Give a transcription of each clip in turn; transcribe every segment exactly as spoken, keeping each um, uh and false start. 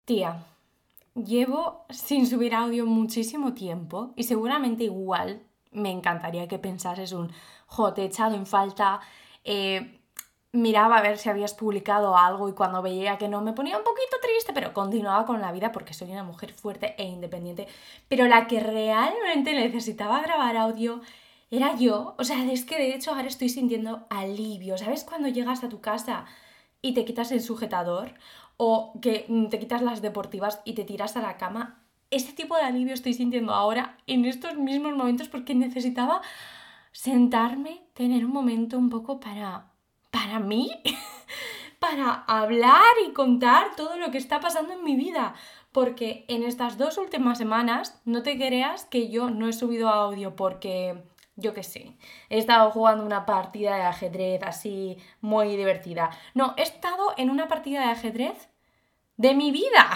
Tía, llevo sin subir audio muchísimo tiempo y seguramente igual me encantaría que pensases un jo, te he echado en falta, eh, miraba a ver si habías publicado algo y cuando veía que no me ponía un poquito triste, pero continuaba con la vida porque soy una mujer fuerte e independiente. Pero la que realmente necesitaba grabar audio era yo. O sea, es que de hecho ahora estoy sintiendo alivio. ¿Sabes cuando llegas a tu casa y te quitas el sujetador? O que te quitas las deportivas y te tiras a la cama. Ese tipo de alivio estoy sintiendo ahora en estos mismos momentos porque necesitaba sentarme, tener un momento un poco para, para mí, para hablar y contar todo lo que está pasando en mi vida. Porque en estas dos últimas semanas, no te creas que yo no he subido audio porque, yo qué sé, he estado jugando una partida de ajedrez así muy divertida. No, he estado en una partida de ajedrez de mi vida.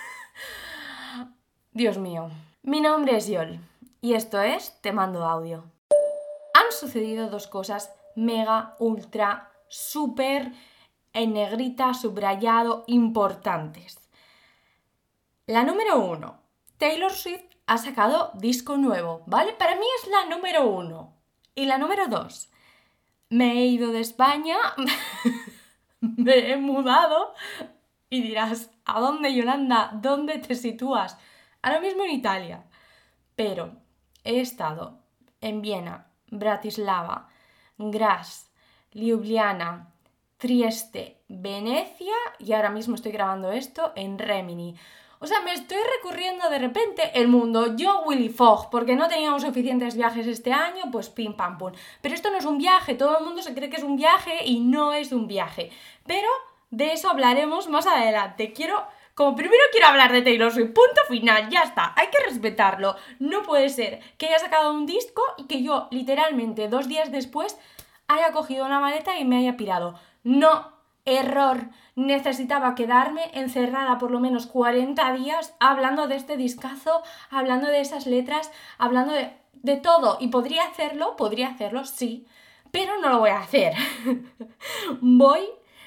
Dios mío. Mi nombre es Yol y esto es Te Mando Audio. Han sucedido dos cosas mega, ultra, súper en negrita, subrayado, importantes. La número uno. Taylor Swift ha sacado disco nuevo, ¿vale? Para mí es la número uno. Y la número dos. Me he ido de España, me he mudado. Y dirás, ¿a dónde, Yolanda? ¿Dónde te sitúas? Ahora mismo en Italia. Pero he estado en Viena, Bratislava, Graz, Ljubljana, Trieste, Venecia y ahora mismo estoy grabando esto en Rimini. O sea, me estoy recurriendo de repente el mundo. Yo, Willy Fogg, porque no teníamos suficientes viajes este año, pues pim pam pum. Pero esto no es un viaje, todo el mundo se cree que es un viaje y no es un viaje. Pero de eso hablaremos más adelante. Quiero, como primero quiero hablar de Taylor Swift, punto final, ya está, hay que respetarlo. No puede ser que haya sacado un disco y que yo, literalmente, dos días después, haya cogido una maleta y me haya pirado. No, error. Necesitaba quedarme encerrada por lo menos cuarenta días hablando de este discazo, hablando de esas letras, hablando de, de todo. Y podría hacerlo, podría hacerlo, sí, pero no lo voy a hacer. Voy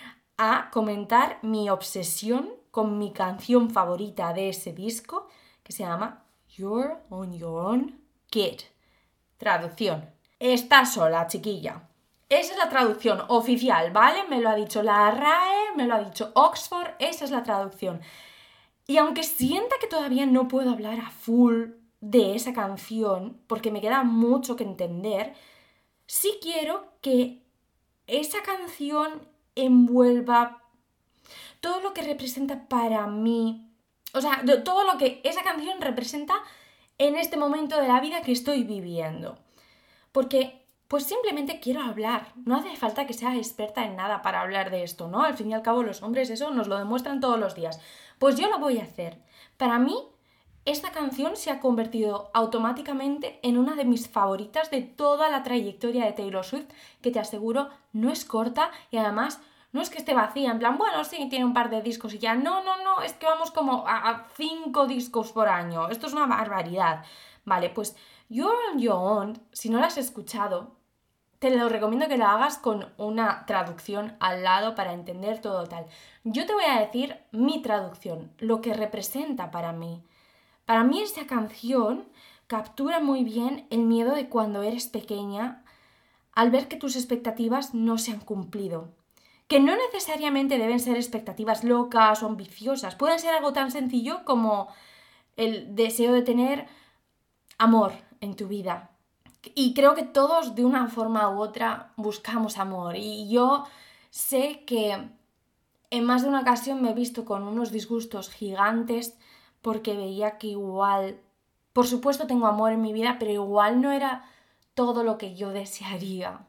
a comentar mi obsesión con mi canción favorita de ese disco, que se llama You're on Your Own, Kid. Traducción. Estás sola, chiquilla. Esa es la traducción oficial, ¿vale? Me lo ha dicho la R A E, me lo ha dicho Oxford, esa es la traducción. Y aunque sienta que todavía no puedo hablar a full de esa canción, porque me queda mucho que entender, sí quiero que esa canción envuelva todo lo que representa para mí, o sea, todo lo que esa canción representa en este momento de la vida que estoy viviendo. Porque, pues simplemente quiero hablar. No hace falta que sea experta en nada para hablar de esto, ¿no? Al fin y al cabo los hombres eso nos lo demuestran todos los días. Pues yo lo voy a hacer. Para mí, esta canción se ha convertido automáticamente en una de mis favoritas de toda la trayectoria de Taylor Swift, que te aseguro no es corta y además no es que esté vacía, en plan, bueno, sí, tiene un par de discos y ya. No, no, no, es que vamos como a, a cinco discos por año. Esto es una barbaridad. Vale, pues You're on Your Own, si no la has escuchado, te lo recomiendo que lo hagas con una traducción al lado para entender todo tal. Yo te voy a decir mi traducción, lo que representa para mí. Para mí esta canción captura muy bien el miedo de cuando eres pequeña al ver que tus expectativas no se han cumplido. Que no necesariamente deben ser expectativas locas o ambiciosas, pueden ser algo tan sencillo como el deseo de tener amor en tu vida. Y creo que todos de una forma u otra buscamos amor. Y yo sé que en más de una ocasión me he visto con unos disgustos gigantes porque veía que igual, por supuesto tengo amor en mi vida, pero igual no era todo lo que yo desearía.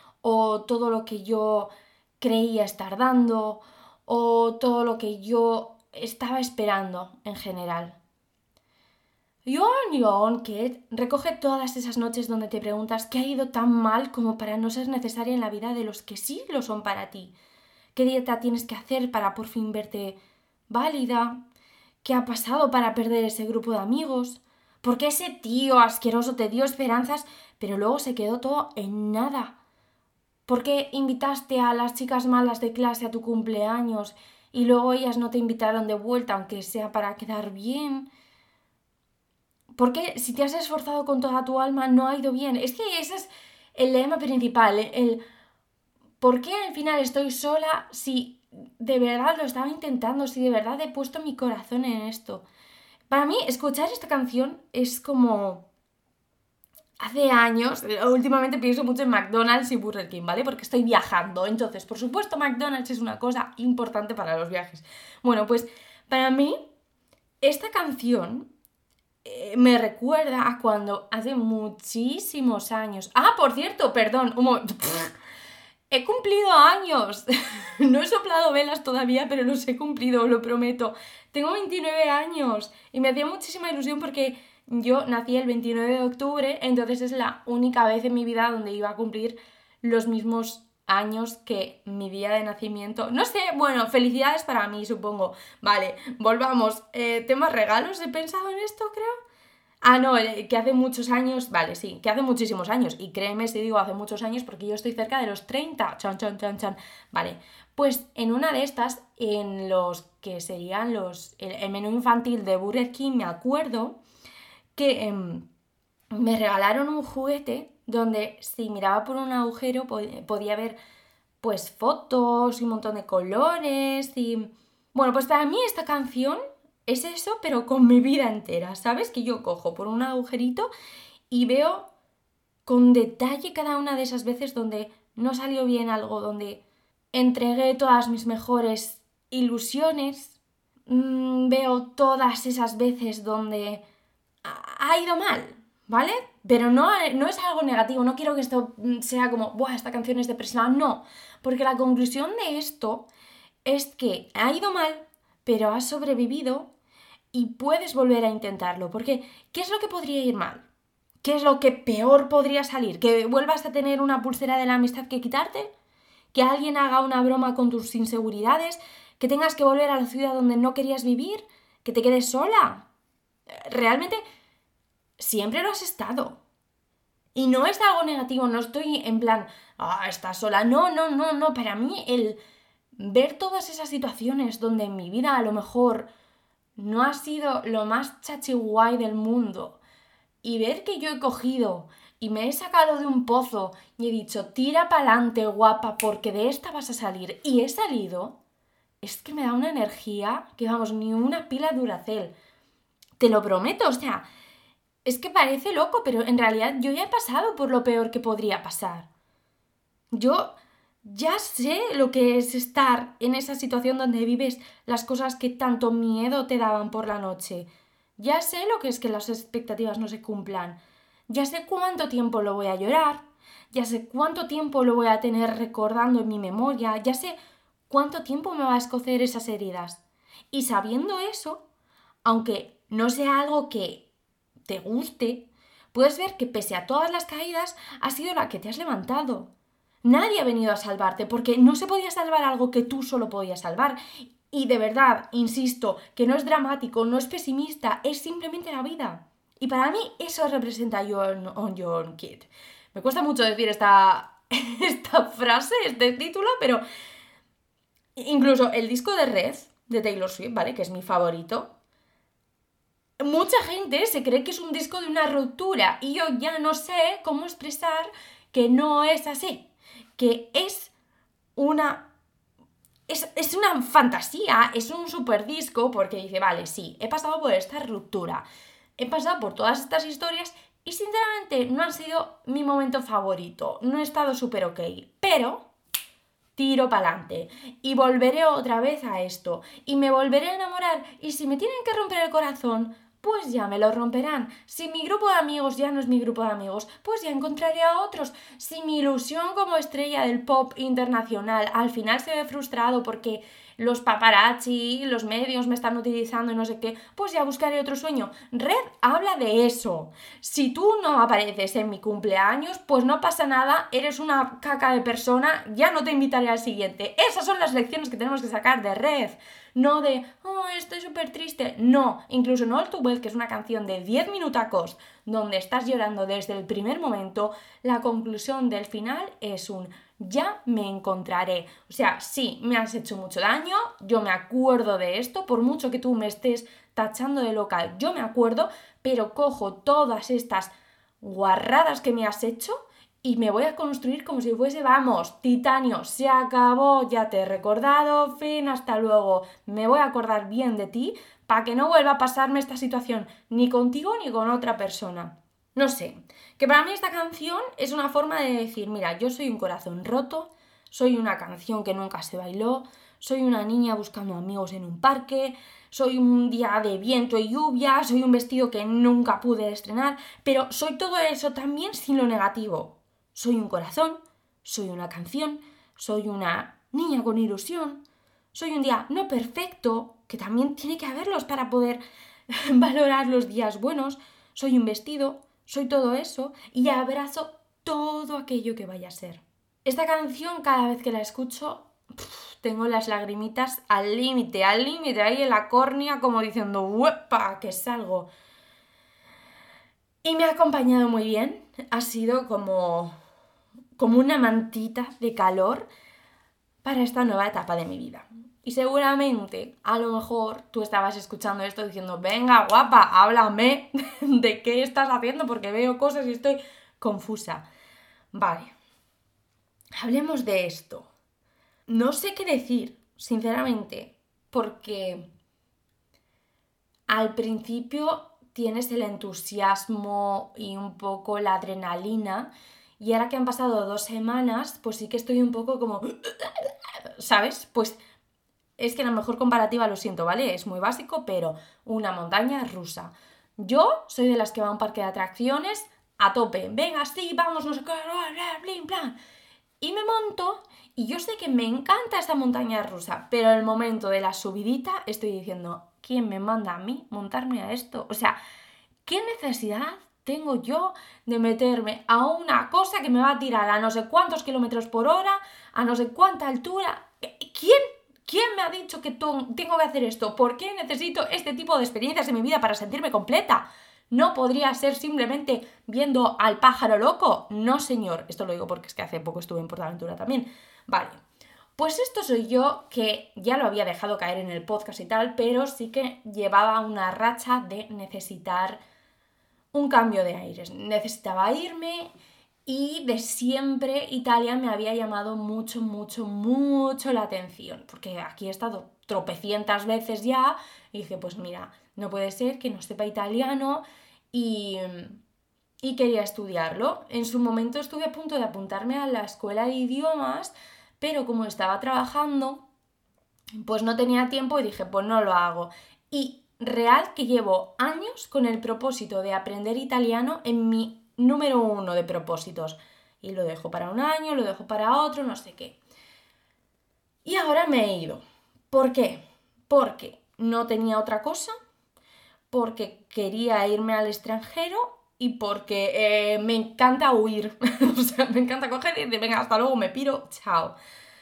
O todo lo que yo creía estar dando. O todo lo que yo estaba esperando en general. You're on Your Own, Kid recoge todas esas noches donde te preguntas qué ha ido tan mal como para no ser necesaria en la vida de los que sí lo son para ti. ¿Qué dieta tienes que hacer para por fin verte válida? ¿Qué ha pasado para perder ese grupo de amigos? ¿Por qué ese tío asqueroso te dio esperanzas, pero luego se quedó todo en nada? ¿Por qué invitaste a las chicas malas de clase a tu cumpleaños y luego ellas no te invitaron de vuelta, aunque sea para quedar bien. ¿Por qué si te has esforzado con toda tu alma no ha ido bien? Es que ese es el lema principal, el, el ¿por qué al final estoy sola si de verdad lo estaba intentando, si de verdad he puesto mi corazón en esto? Para mí, escuchar esta canción es como... Hace años, últimamente pienso mucho en McDonald's y Burger King, ¿vale? Porque estoy viajando. Entonces, por supuesto, McDonald's es una cosa importante para los viajes. Bueno, pues para mí, esta canción eh, me recuerda a cuando hace muchísimos años... Ah, por cierto, perdón, un momento. He cumplido años. No he soplado velas todavía, pero los he cumplido, lo prometo. Tengo veintinueve años y me hacía muchísima ilusión porque yo nací el veintinueve de octubre, entonces es la única vez en mi vida donde iba a cumplir los mismos años que mi día de nacimiento. No sé, bueno, felicidades para mí, supongo. Vale, volvamos. Eh, ¿temas regalos? ¿He pensado en esto, creo? Ah, no, que hace muchos años, vale, sí, que hace muchísimos años, y créeme si digo hace muchos años porque yo estoy cerca de los treinta, chan, chan, chan, chan, vale, pues en una de estas, en los que serían los, el, el menú infantil de Burger King, me acuerdo que eh, me regalaron un juguete donde si miraba por un agujero pod- podía ver pues fotos y un montón de colores y... Bueno, pues para mí esta canción es eso, pero con mi vida entera, ¿sabes? Que yo cojo por un agujerito y veo con detalle cada una de esas veces donde no salió bien algo, donde entregué todas mis mejores ilusiones, mmm, veo todas esas veces donde ha ido mal, ¿vale? Pero no, no es algo negativo, no quiero que esto sea como, ¡buah, esta canción es depresiva! No, porque la conclusión de esto es que ha ido mal, pero has sobrevivido y puedes volver a intentarlo, porque ¿qué es lo que podría ir mal? ¿Qué es lo que peor podría salir? ¿Que vuelvas a tener una pulsera de la amistad que quitarte? ¿Que alguien haga una broma con tus inseguridades? ¿Que tengas que volver a la ciudad donde no querías vivir? ¿Que te quedes sola? Realmente siempre lo has estado. Y no es algo negativo, no estoy en plan, ah, estás sola. No, no, no, no. Para mí el ver todas esas situaciones donde en mi vida a lo mejor no ha sido lo más chachi guay del mundo y ver que yo he cogido y me he sacado de un pozo y he dicho, tira pa'lante, guapa, porque de esta vas a salir, y he salido, es que me da una energía que, vamos, ni una pila Duracell. Te lo prometo, o sea, es que parece loco, pero en realidad yo ya he pasado por lo peor que podría pasar. Yo ya sé lo que es estar en esa situación donde vives las cosas que tanto miedo te daban por la noche. Ya sé lo que es que las expectativas no se cumplan. Ya sé cuánto tiempo lo voy a llorar. Ya sé cuánto tiempo lo voy a tener recordando en mi memoria. Ya sé cuánto tiempo me va a escocer esas heridas. Y sabiendo eso, aunque no sea algo que te guste, puedes ver que pese a todas las caídas, has sido la que te has levantado. Nadie ha venido a salvarte porque no se podía salvar algo que tú solo podías salvar. Y de verdad, insisto, que no es dramático, no es pesimista, es simplemente la vida. Y para mí eso representa John on Your Kid. Me cuesta mucho decir esta, esta frase, este título, pero incluso el disco de Red, de Taylor Swift, ¿vale? Que es mi favorito. Mucha gente se cree que es un disco de una ruptura y yo ya no sé cómo expresar que no es así. Que es una... Es, es una fantasía, es un super disco porque dice, vale, sí, he pasado por esta ruptura, he pasado por todas estas historias y sinceramente no han sido mi momento favorito, no he estado súper ok, pero tiro para adelante y volveré otra vez a esto y me volveré a enamorar y si me tienen que romper el corazón, pues ya me lo romperán. Si mi grupo de amigos ya no es mi grupo de amigos, pues ya encontraré a otros. Si mi ilusión como estrella del pop internacional al final se ve frustrado porque los paparazzi, los medios me están utilizando y no sé qué, pues ya buscaré otro sueño. Red habla de eso. Si tú no apareces en mi cumpleaños, pues no pasa nada, eres una caca de persona, ya no te invitaré al siguiente. Esas son las lecciones que tenemos que sacar de Red. No de, oh, estoy súper triste. No, incluso No All Too Well, que es una canción de diez minutacos donde estás llorando desde el primer momento, la conclusión del final es un ya me encontraré. O sea, sí, me has hecho mucho daño, yo me acuerdo de esto, por mucho que tú me estés tachando de loca, yo me acuerdo, pero cojo todas estas guarradas que me has hecho y me voy a construir como si fuese, vamos, titanio, se acabó, ya te he recordado, fin, hasta luego. Me voy a acordar bien de ti para que no vuelva a pasarme esta situación ni contigo ni con otra persona. No sé, que para mí esta canción es una forma de decir, mira, yo soy un corazón roto, soy una canción que nunca se bailó, soy una niña buscando amigos en un parque, soy un día de viento y lluvia, soy un vestido que nunca pude estrenar, pero soy todo eso también sin lo negativo. Soy un corazón, soy una canción, soy una niña con ilusión, soy un día no perfecto, que también tiene que haberlos para poder valorar los días buenos, soy un vestido, soy todo eso y abrazo todo aquello que vaya a ser. Esta canción cada vez que la escucho pff, tengo las lagrimitas al límite, al límite, ahí en la córnea como diciendo ¡uepa! Que salgo. Y me ha acompañado muy bien, ha sido como... como una mantita de calor para esta nueva etapa de mi vida. Y seguramente, a lo mejor, tú estabas escuchando esto diciendo, venga, guapa, háblame de qué estás haciendo porque veo cosas y estoy confusa. Vale, hablemos de esto. No sé qué decir, sinceramente, porque al principio tienes el entusiasmo y un poco la adrenalina. Y ahora que han pasado dos semanas, pues sí que estoy un poco como... ¿Sabes? Pues es que la mejor comparativa, lo siento, ¿vale? Es muy básico, pero una montaña rusa. Yo soy de las que va a un parque de atracciones a tope. Venga, sí, vamos, no sé qué, bla, bla. Y me monto y yo sé que me encanta esta montaña rusa, pero en el momento de la subidita estoy diciendo, ¿quién me manda a mí montarme a esto? O sea, ¿qué necesidad tengo yo de meterme a una cosa que me va a tirar a no sé cuántos kilómetros por hora, a no sé cuánta altura? ¿Quién? ¿Quién me ha dicho que tengo que hacer esto? ¿Por qué necesito este tipo de experiencias en mi vida para sentirme completa? ¿No podría ser simplemente viendo al pájaro loco? No, señor. Esto lo digo porque es que hace poco estuve en PortAventura también. Vale. Pues esto soy yo, que ya lo había dejado caer en el podcast y tal, pero sí que llevaba una racha de necesitar un cambio de aires. Necesitaba irme y de siempre Italia me había llamado mucho, mucho, mucho la atención, porque aquí he estado tropecientas veces ya y dije, pues mira, no puede ser que no sepa italiano y, y quería estudiarlo. En su momento estuve a punto de apuntarme a la escuela de idiomas, pero como estaba trabajando, pues no tenía tiempo y dije, pues no lo hago. Y real que llevo años con el propósito de aprender italiano en mi número uno de propósitos. Y lo dejo para un año, lo dejo para otro, no sé qué. Y ahora me he ido. ¿Por qué? Porque no tenía otra cosa, porque quería irme al extranjero y porque eh, me encanta huir. O sea, me encanta coger y decir, venga, hasta luego, me piro, chao.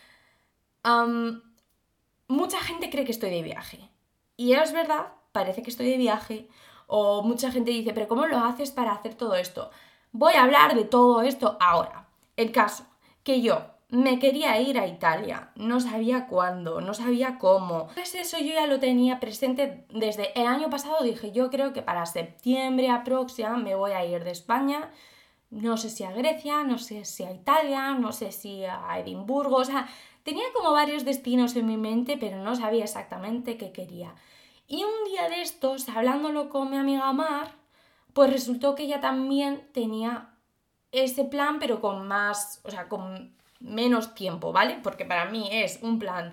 Um, mucha gente cree que estoy de viaje. Y es verdad, parece que estoy de viaje. O mucha gente dice, pero ¿cómo lo haces para hacer todo esto? Voy a hablar de todo esto ahora. El caso, que yo me quería ir a Italia, no sabía cuándo, no sabía cómo. Pues eso yo ya lo tenía presente desde el año pasado. Dije, yo creo que para septiembre aproximadamente me voy a ir de España. No sé si a Grecia, no sé si a Italia, no sé si a Edimburgo. O sea, tenía como varios destinos en mi mente, pero no sabía exactamente qué quería. Y un día de estos, hablándolo con mi amiga Mar, pues resultó que ella también tenía ese plan, pero con más, o sea, con menos tiempo, ¿vale? Porque para mí es un plan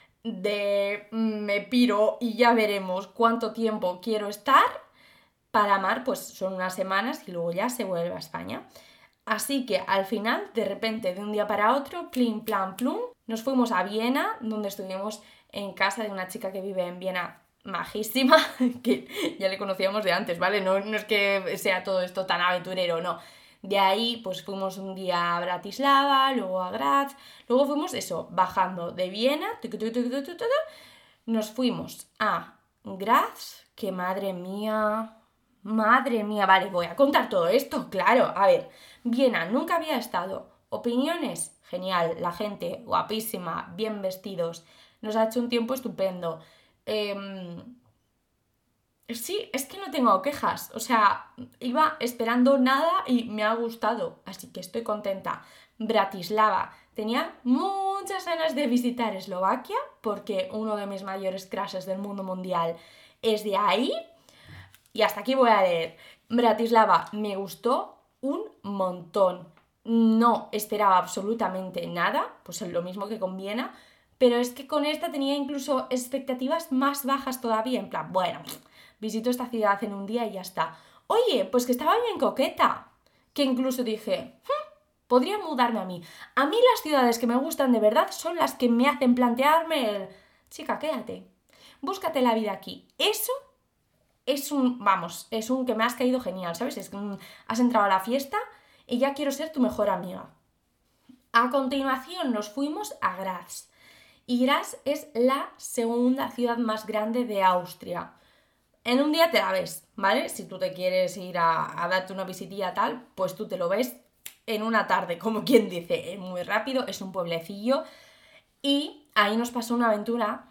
de me piro y ya veremos cuánto tiempo quiero estar. Para Mar, pues son unas semanas y luego ya se vuelve a España. Así que al final, de repente, de un día para otro, plim, plan, plum, nos fuimos a Viena, donde estuvimos en casa de una chica que vive en Viena, majísima, que ya le conocíamos de antes, ¿vale? No, no es que sea todo esto tan aventurero, no. De ahí, pues fuimos un día a Bratislava, luego a Graz, luego fuimos, eso, bajando de Viena, nos fuimos a Graz, que madre mía, madre mía, vale, voy a contar todo esto, claro, a ver, Viena, nunca había estado, opiniones genial, la gente guapísima, bien vestidos, nos ha hecho un tiempo estupendo. Eh, sí, es que no tengo quejas, o sea, iba esperando nada y me ha gustado, así que estoy contenta. Bratislava, tenía muchas ganas de visitar Eslovaquia porque uno de mis mayores crushes del mundo mundial es de ahí. Y hasta aquí voy a leer. Bratislava me gustó un montón. No esperaba absolutamente nada, pues es lo mismo que con Viena, pero es que con esta tenía incluso expectativas más bajas todavía, en plan, bueno, visito esta ciudad en un día y ya está. Oye, pues que estaba bien coqueta, que incluso dije, hm, podría mudarme a mí. A mí las ciudades que me gustan de verdad son las que me hacen plantearme el, chica, quédate, búscate la vida aquí. Eso es un, vamos, es un que me has caído genial, ¿sabes? Es que um, has entrado a la fiesta y ya quiero ser tu mejor amiga. A continuación nos fuimos a Graz. Y Graz es la segunda ciudad más grande de Austria. En un día te la ves, ¿vale? Si tú te quieres ir a, a darte una visitilla tal, pues tú te lo ves en una tarde, como quien dice, es muy rápido, es un pueblecillo. Y ahí nos pasó una aventura.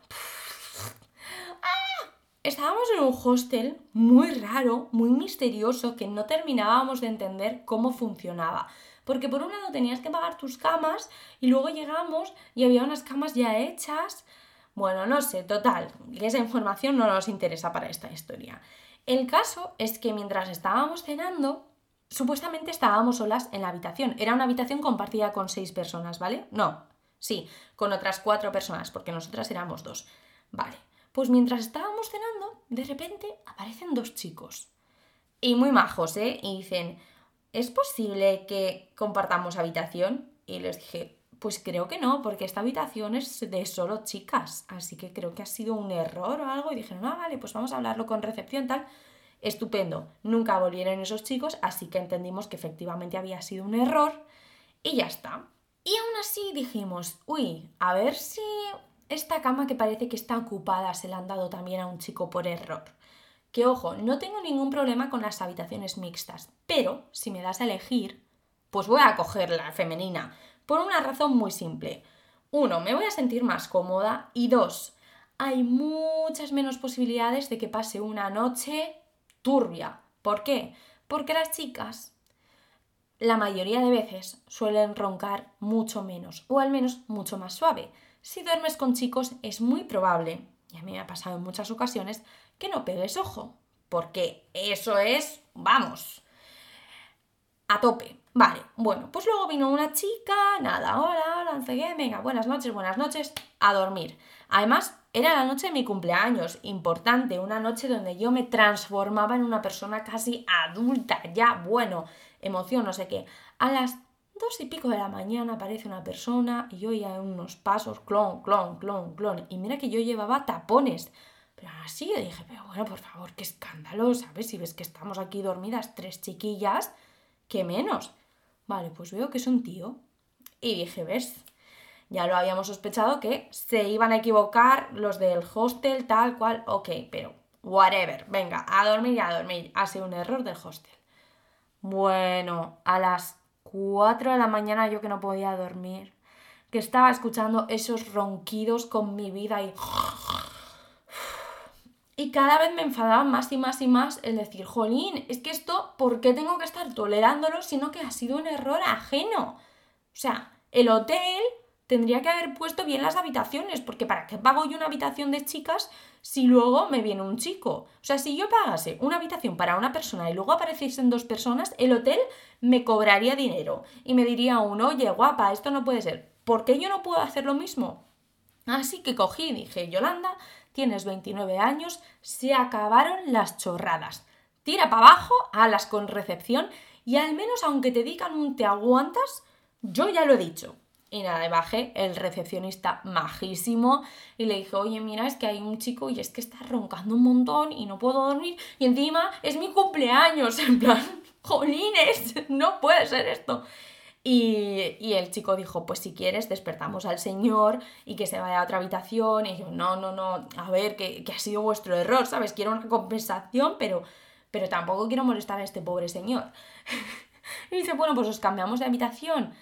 Estábamos en un hostel muy raro, muy misterioso, que no terminábamos de entender cómo funcionaba. Porque por un lado tenías que pagar tus camas y luego llegamos y había unas camas ya hechas. Bueno, no sé, total, que esa información no nos interesa para esta historia. El caso es que mientras estábamos cenando, supuestamente estábamos solas en la habitación. Era una habitación compartida con seis personas, ¿vale? No, sí, con otras cuatro personas, porque nosotras éramos dos. Vale. Pues mientras estábamos cenando, de repente aparecen dos chicos. Y muy majos, ¿eh? Y dicen, ¿es posible que compartamos habitación? Y les dije, pues creo que no, porque esta habitación es de solo chicas. Así que creo que ha sido un error o algo. Y dijeron, ah, vale, pues vamos a hablarlo con recepción, tal. Estupendo. Nunca volvieron esos chicos, así que entendimos que efectivamente había sido un error. Y ya está. Y aún así dijimos, uy, a ver si esta cama que parece que está ocupada se la han dado también a un chico por error. Que ojo, no tengo ningún problema con las habitaciones mixtas, pero si me das a elegir, pues voy a coger la femenina, por una razón muy simple. Uno, me voy a sentir más cómoda y dos, hay muchas menos posibilidades de que pase una noche turbia. ¿Por qué? Porque las chicas la mayoría de veces suelen roncar mucho menos, o al menos mucho más suave. Si duermes con chicos es muy probable, y a mí me ha pasado en muchas ocasiones, que no pegues ojo, porque eso es, vamos, a tope. Vale, bueno, pues luego vino una chica, nada, hola, hola, no sé qué, venga, buenas noches, buenas noches, a dormir. Además, era la noche de mi cumpleaños, importante, una noche donde yo me transformaba en una persona casi adulta, ya, bueno, emoción, no sé qué. A las dos y pico de la mañana aparece una persona y yo ya en unos pasos, clon, clon, clon, clon. Y mira que yo llevaba tapones. Pero así yo dije, pero bueno, por favor, qué escándalo, ¿sabes? Si ves que estamos aquí dormidas tres chiquillas, ¿qué menos? Vale, pues veo que es un tío. Y dije, ¿ves? Ya lo habíamos sospechado que se iban a equivocar los del hostel, tal cual, ok, pero whatever, venga, a dormir y a dormir. Ha sido un error del hostel. Bueno, a las cuatro de la mañana yo que no podía dormir, que estaba escuchando esos ronquidos con mi vida y... Y cada vez me enfadaba más y más y más el decir, jolín, es que esto, ¿por qué tengo que estar tolerándolo sino que ha sido un error ajeno? O sea, el hotel tendría que haber puesto bien las habitaciones, porque ¿para qué pago yo una habitación de chicas si luego me viene un chico? O sea, si yo pagase una habitación para una persona y luego apareciesen dos personas, el hotel me cobraría dinero y me diría uno, oye, guapa, esto no puede ser. ¿Por qué yo no puedo hacer lo mismo? Así que cogí y dije, Yolanda, tienes veintinueve años, se acabaron las chorradas. Tira para abajo, alas con recepción y al menos aunque te digan un te aguantas, yo ya lo he dicho. Y nada, bajé, el recepcionista majísimo y le dije, oye, mira, es que hay un chico y es que está roncando un montón y no puedo dormir y encima es mi cumpleaños, en plan, jolines, no puede ser esto. Y, y el chico dijo, pues si quieres despertamos al señor y que se vaya a otra habitación. Y yo, no, no, no, a ver, que, que ha sido vuestro error, ¿sabes? Quiero una compensación, pero, pero tampoco quiero molestar a este pobre señor. Y dice, bueno, pues os cambiamos de habitación.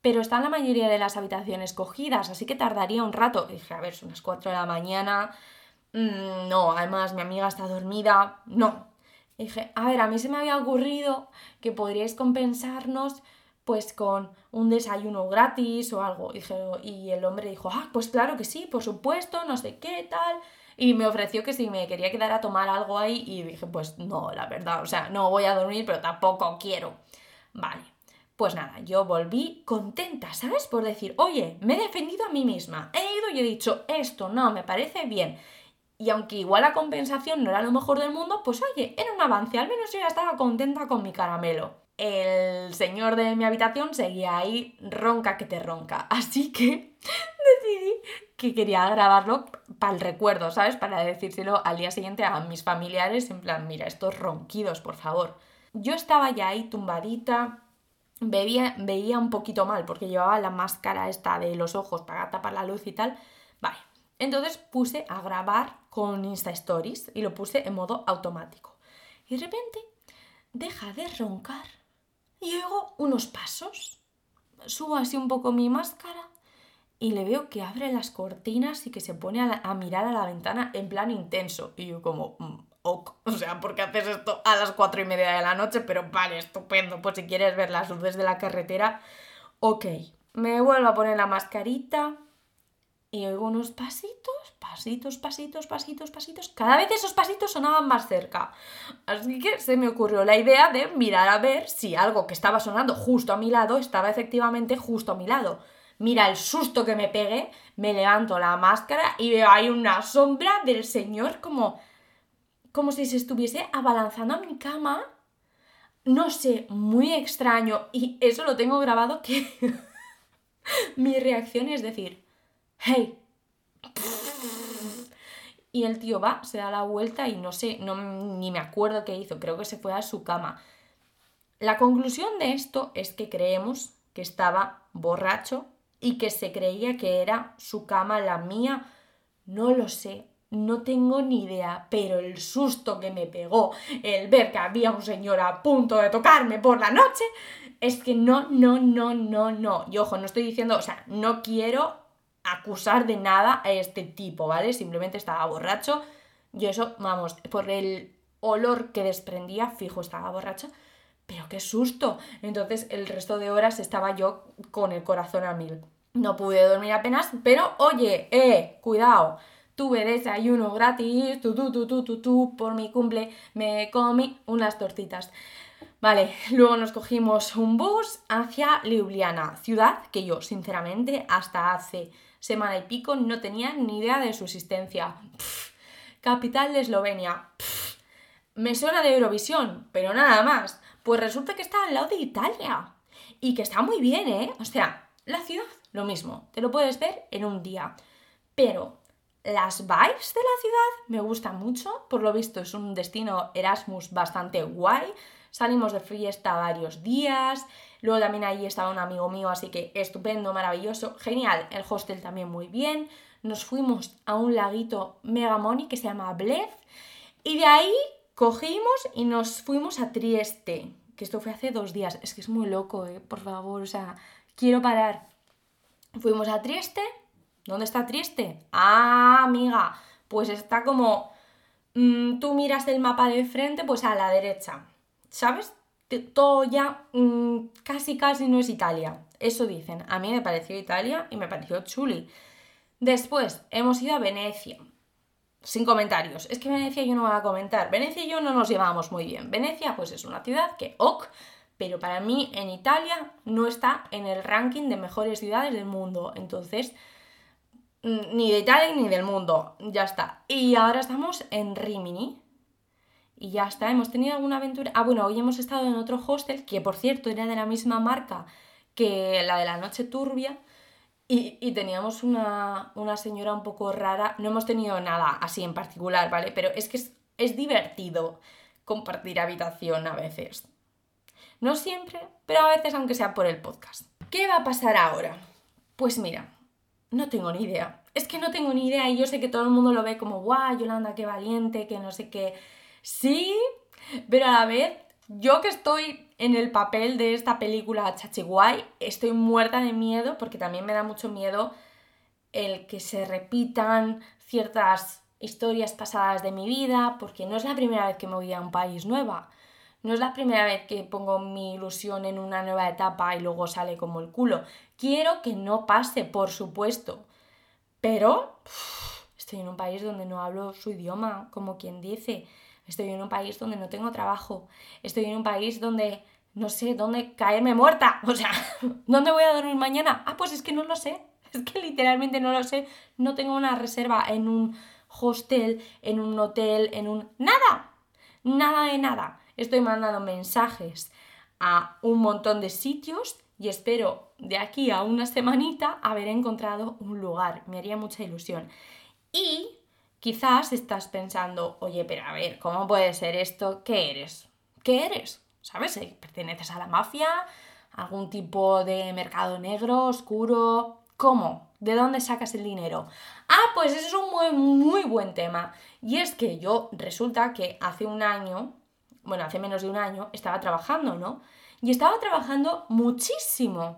pero están la mayoría de las habitaciones cogidas, así que tardaría un rato. Y dije, a ver, son las cuatro de la mañana, mmm, no, además mi amiga está dormida, no. Y dije, a ver, a mí se me había ocurrido que podríais compensarnos pues con un desayuno gratis o algo. Y, dije, y el hombre dijo, ah, pues claro que sí, por supuesto, no sé qué, tal. Y me ofreció que si me quería quedar a tomar algo ahí y dije, pues no, la verdad, o sea, no voy a dormir, pero tampoco quiero. Vale, pues nada, yo volví contenta, ¿sabes? Por decir, oye, me he defendido a mí misma, he ido y he dicho, esto no, me parece bien. Y aunque igual la compensación no era lo mejor del mundo, pues oye, era un avance, al menos yo ya estaba contenta con mi caramelo. El señor de mi habitación seguía ahí, ronca que te ronca, así que decidí que quería grabarlo para el recuerdo, ¿sabes? Para decírselo al día siguiente a mis familiares, en plan, mira, estos ronquidos, por favor. Yo estaba ya ahí tumbadita, veía, veía un poquito mal porque llevaba la máscara esta de los ojos para tapar la luz y tal. Vale, entonces puse a grabar con Insta Stories y lo puse en modo automático. Y de repente deja de roncar y oigo unos pasos. Subo así un poco mi máscara y le veo que abre las cortinas y que se pone a, la, a mirar a la ventana en plan intenso. Y yo como, mm, ok, o sea, ¿por qué haces esto a las cuatro y media de la noche? Pero vale, estupendo, pues si quieres ver las luces de la carretera, ok. Me vuelvo a poner la mascarita y oigo unos pasitos, pasitos, pasitos, pasitos, pasitos. Cada vez esos pasitos sonaban más cerca. Así que se me ocurrió la idea de mirar a ver si algo que estaba sonando justo a mi lado estaba efectivamente justo a mi lado. Mira el susto que me pegué, me levanto la máscara y veo ahí una sombra del señor como, como si se estuviese abalanzando a mi cama. No sé, muy extraño. Y eso lo tengo grabado que mi reacción es decir, hey. Y el tío va, se da la vuelta y no sé, no, ni me acuerdo qué hizo, creo que se fue a su cama. La conclusión de esto es que creemos que estaba borracho y que se creía que era su cama la mía. No lo sé, no tengo ni idea, pero el susto que me pegó el ver que había un señor a punto de tocarme por la noche, es que no, no, no, no, no. Y ojo, no estoy diciendo, o sea, no quiero acusar de nada a este tipo, ¿vale? Simplemente estaba borracho. Y eso, vamos, por el olor que desprendía, fijo, estaba borracho. Pero qué susto. Entonces el resto de horas estaba yo con el corazón a mil. No pude dormir apenas, pero oye, eh, cuidado. Tuve desayuno gratis, tu, tu, tu, tu, tu, tu, por mi cumple me comí unas tortitas. Vale, luego nos cogimos un bus hacia Ljubljana, ciudad que yo, sinceramente, hasta hace semana y pico no tenía ni idea de su existencia. Pff, capital de Eslovenia. Pff, me suena de Eurovisión, pero nada más. Pues resulta que está al lado de Italia. Y que está muy bien, ¿eh? O sea, la ciudad, lo mismo. Te lo puedes ver en un día. Pero las vibes de la ciudad me gustan mucho. Por lo visto es un destino Erasmus bastante guay. Salimos de fiesta varios días. Luego también ahí estaba un amigo mío, así que estupendo, maravilloso. Genial, el hostel también muy bien. Nos fuimos a un laguito Megamoni que se llama Bled. Y de ahí cogimos y nos fuimos a Trieste. Que esto fue hace dos días. Es que es muy loco, ¿eh? Por favor, o sea, quiero parar. Fuimos a Trieste. ¿Dónde está Trieste? Ah, amiga, pues está como... Mmm, tú miras el mapa de frente, pues a la derecha. ¿Sabes? Todo ya mmm, casi casi no es Italia. Eso dicen. A mí me pareció Italia y me pareció chuli. Después hemos ido a Venecia. Sin comentarios. Es que Venecia yo no voy a comentar. Venecia y yo no nos llevamos muy bien. Venecia pues es una ciudad que ok, pero para mí en Italia no está en el ranking de mejores ciudades del mundo. Entonces, ni de Italia ni del mundo. Ya está. Y ahora estamos en Rimini. Y ya está, hemos tenido alguna aventura. Ah, bueno, hoy hemos estado en otro hostel, que por cierto era de la misma marca que la de la noche turbia. Y, y teníamos una, una señora un poco rara. No hemos tenido nada así en particular, ¿vale? Pero es que es, es divertido compartir habitación a veces. No siempre, pero a veces aunque sea por el podcast. ¿Qué va a pasar ahora? Pues mira, no tengo ni idea. Es que no tengo ni idea y yo sé que todo el mundo lo ve como guau, Yolanda, qué valiente, que no sé qué. Sí, pero a la vez yo que estoy en el papel de esta película Chachiguay, estoy muerta de miedo porque también me da mucho miedo el que se repitan ciertas historias pasadas de mi vida, porque no es la primera vez que me voy a un país nueva. No es la primera vez que pongo mi ilusión en una nueva etapa y luego sale como el culo. Quiero que no pase, por supuesto. Pero uff, estoy en un país donde no hablo su idioma, como quien dice. Estoy en un país donde no tengo trabajo. Estoy en un país donde no sé dónde caerme muerta. O sea, ¿dónde voy a dormir mañana? Ah, pues es que no lo sé. Es que literalmente no lo sé. No tengo una reserva en un hostel, en un hotel, en un... ¡Nada! Nada de nada. Estoy mandando mensajes a un montón de sitios y espero de aquí a una semanita haber encontrado un lugar. Me haría mucha ilusión. Y quizás estás pensando, oye, pero a ver, ¿cómo puede ser esto? ¿Qué eres? ¿Qué eres? ¿Sabes? ¿Perteneces a la mafia? ¿Algún tipo de mercado negro, oscuro? ¿Cómo? ¿De dónde sacas el dinero? Ah, pues ese es un muy, muy buen tema. Y es que yo resulta que hace un año, bueno, hace menos de un año, estaba trabajando, ¿no? Y estaba trabajando muchísimo.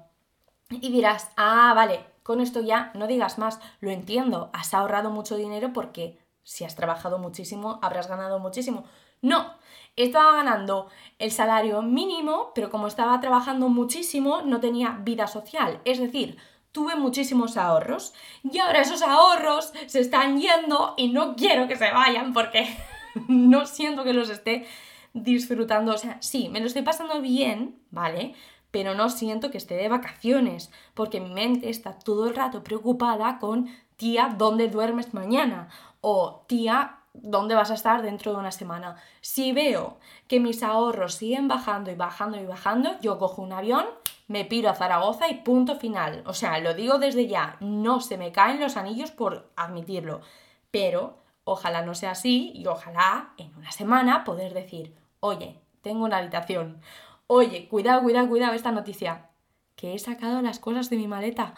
Y dirás, ah, vale, con esto ya no digas más, lo entiendo, has ahorrado mucho dinero porque si has trabajado muchísimo, habrás ganado muchísimo. No, estaba ganando el salario mínimo, pero como estaba trabajando muchísimo, no tenía vida social. Es decir, tuve muchísimos ahorros y ahora esos ahorros se están yendo y no quiero que se vayan porque no siento que los esté disfrutando. O sea, sí, me lo estoy pasando bien, ¿vale? Pero no siento que esté de vacaciones, porque mi mente está todo el rato preocupada con tía, ¿dónde duermes mañana? O tía, ¿dónde vas a estar dentro de una semana? Si veo que mis ahorros siguen bajando y bajando y bajando, yo cojo un avión, me piro a Zaragoza y punto final. O sea, lo digo desde ya, no se me caen los anillos por admitirlo, pero ojalá no sea así y ojalá en una semana poder decir, oye, tengo una habitación. Oye, cuidado, cuidado, cuidado esta noticia. Que he sacado las cosas de mi maleta.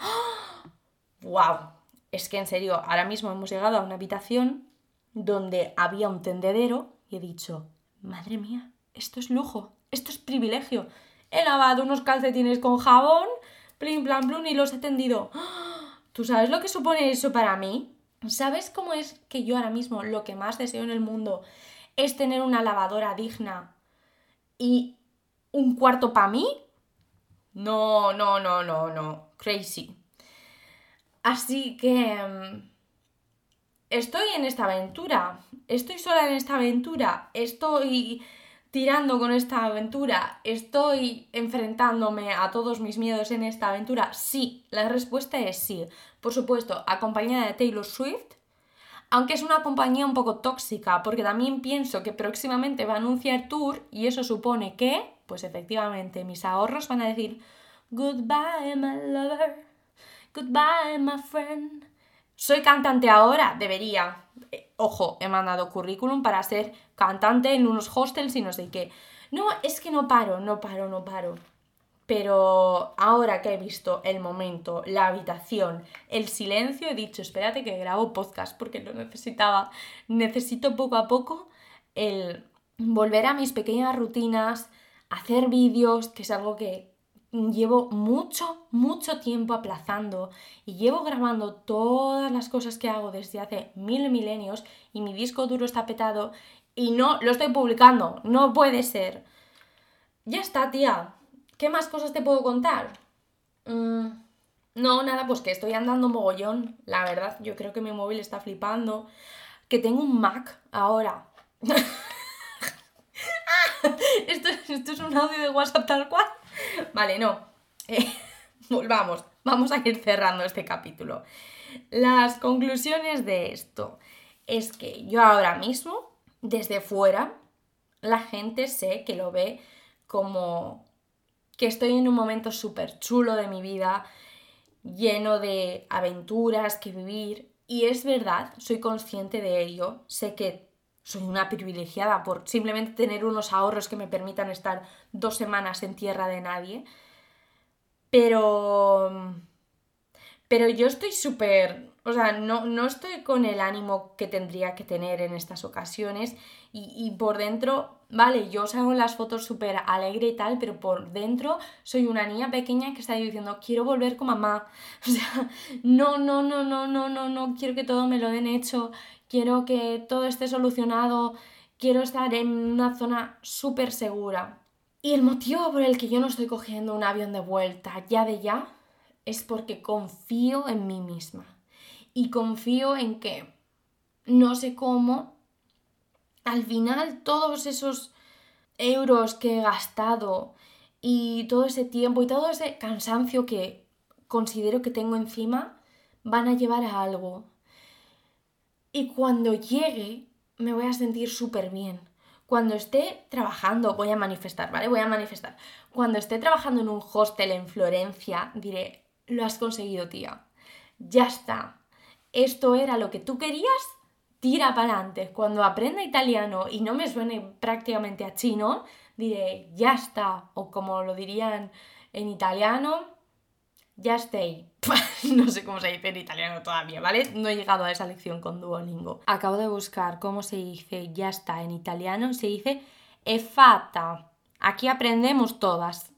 ¡Wow! Es que en serio, ahora mismo hemos llegado a una habitación donde había un tendedero y he dicho, madre mía, esto es lujo, esto es privilegio. He lavado unos calcetines con jabón, plin, plan, plum, y los he tendido. ¿Tú sabes lo que supone eso para mí? ¿Sabes cómo es que yo ahora mismo lo que más deseo en el mundo es tener una lavadora digna y un cuarto para mí? No, no, no, no, no. Crazy. Así que... um, estoy en esta aventura. Estoy sola en esta aventura. Estoy tirando con esta aventura. Estoy enfrentándome a todos mis miedos en esta aventura. Sí, la respuesta es sí. Por supuesto, acompañada de Taylor Swift. Aunque es una compañía un poco tóxica, porque también pienso que próximamente va a anunciar tour y eso supone que, pues efectivamente, mis ahorros van a decir Goodbye, my lover. Goodbye, my friend. ¿Soy cantante ahora? Debería. Eh, ojo, he mandado currículum para ser cantante en unos hostels y no sé qué. No, es que no paro, no paro, no paro. Pero ahora que he visto el momento, la habitación, el silencio, he dicho, espérate que grabo podcast porque lo necesitaba. Necesito poco a poco el volver a mis pequeñas rutinas, hacer vídeos, que es algo que llevo mucho, mucho tiempo aplazando y llevo grabando todas las cosas que hago desde hace mil milenios y mi disco duro está petado y no lo estoy publicando. No puede ser. Ya está, tía. ¿Qué más cosas te puedo contar? Mm, no, nada, pues que estoy andando mogollón. La verdad, yo creo que mi móvil está flipando. Que tengo un Mac ahora. ¿Esto, esto es un audio de WhatsApp tal cual? Vale, no. Eh, volvamos. Vamos a ir cerrando este capítulo. Las conclusiones de esto es que yo ahora mismo, desde fuera, la gente sé que lo ve como que estoy en un momento súper chulo de mi vida, lleno de aventuras que vivir. Y es verdad, soy consciente de ello. Sé que soy una privilegiada por simplemente tener unos ahorros que me permitan estar dos semanas en tierra de nadie. Pero... Pero yo estoy súper... O sea, no, no estoy con el ánimo que tendría que tener en estas ocasiones y, y por dentro, vale, yo salgo en las fotos súper alegre y tal, pero por dentro soy una niña pequeña que está diciendo, quiero volver con mamá. O sea, no, no, no, no, no, no, no, quiero que todo me lo den hecho, quiero que todo esté solucionado, quiero estar en una zona súper segura. Y el motivo por el que yo no estoy cogiendo un avión de vuelta ya de ya es porque confío en mí misma. Y confío en que, no sé cómo, al final todos esos euros que he gastado y todo ese tiempo y todo ese cansancio que considero que tengo encima van a llevar a algo. Y cuando llegue me voy a sentir súper bien. Cuando esté trabajando, voy a manifestar, ¿vale? Voy a manifestar. Cuando esté trabajando en un hostel en Florencia, diré, lo has conseguido, tía. Ya está. Esto era lo que tú querías, tira para adelante. Cuando aprenda italiano y no me suene prácticamente a chino, diré, ya está. O como lo dirían en italiano, ya estoy. No sé cómo se dice en italiano todavía, ¿vale? No he llegado a esa lección con Duolingo. Acabo de buscar cómo se dice ya está en italiano. Se dice è fatta. Aquí aprendemos todas.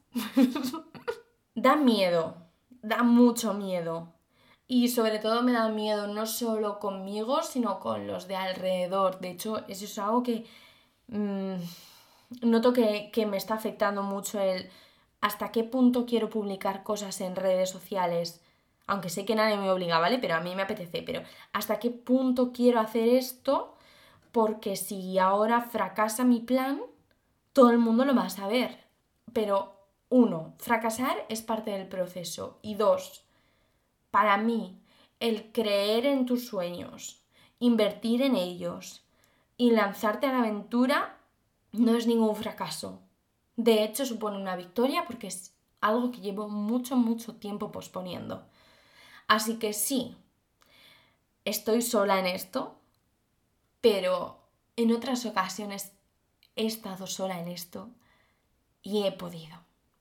Da miedo. Da mucho miedo. Y sobre todo me da miedo no solo conmigo, sino con los de alrededor. De hecho, eso es algo que mmm, noto que, que me está afectando mucho el hasta qué punto quiero publicar cosas en redes sociales. Aunque sé que nadie me obliga, ¿vale? Pero a mí me apetece. Pero hasta qué punto quiero hacer esto, porque si ahora fracasa mi plan, todo el mundo lo va a saber. Pero uno, fracasar es parte del proceso. Y dos, para mí, el creer en tus sueños, invertir en ellos y lanzarte a la aventura no es ningún fracaso. De hecho, supone una victoria porque es algo que llevo mucho, mucho tiempo posponiendo. Así que sí, estoy sola en esto, pero en otras ocasiones he estado sola en esto y he podido.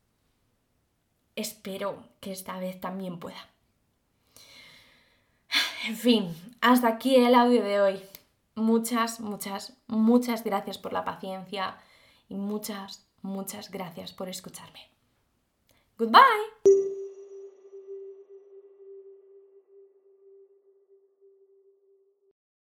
Espero que esta vez también pueda. En fin, hasta aquí el audio de hoy. Muchas, muchas, muchas gracias por la paciencia y muchas, muchas gracias por escucharme. Goodbye.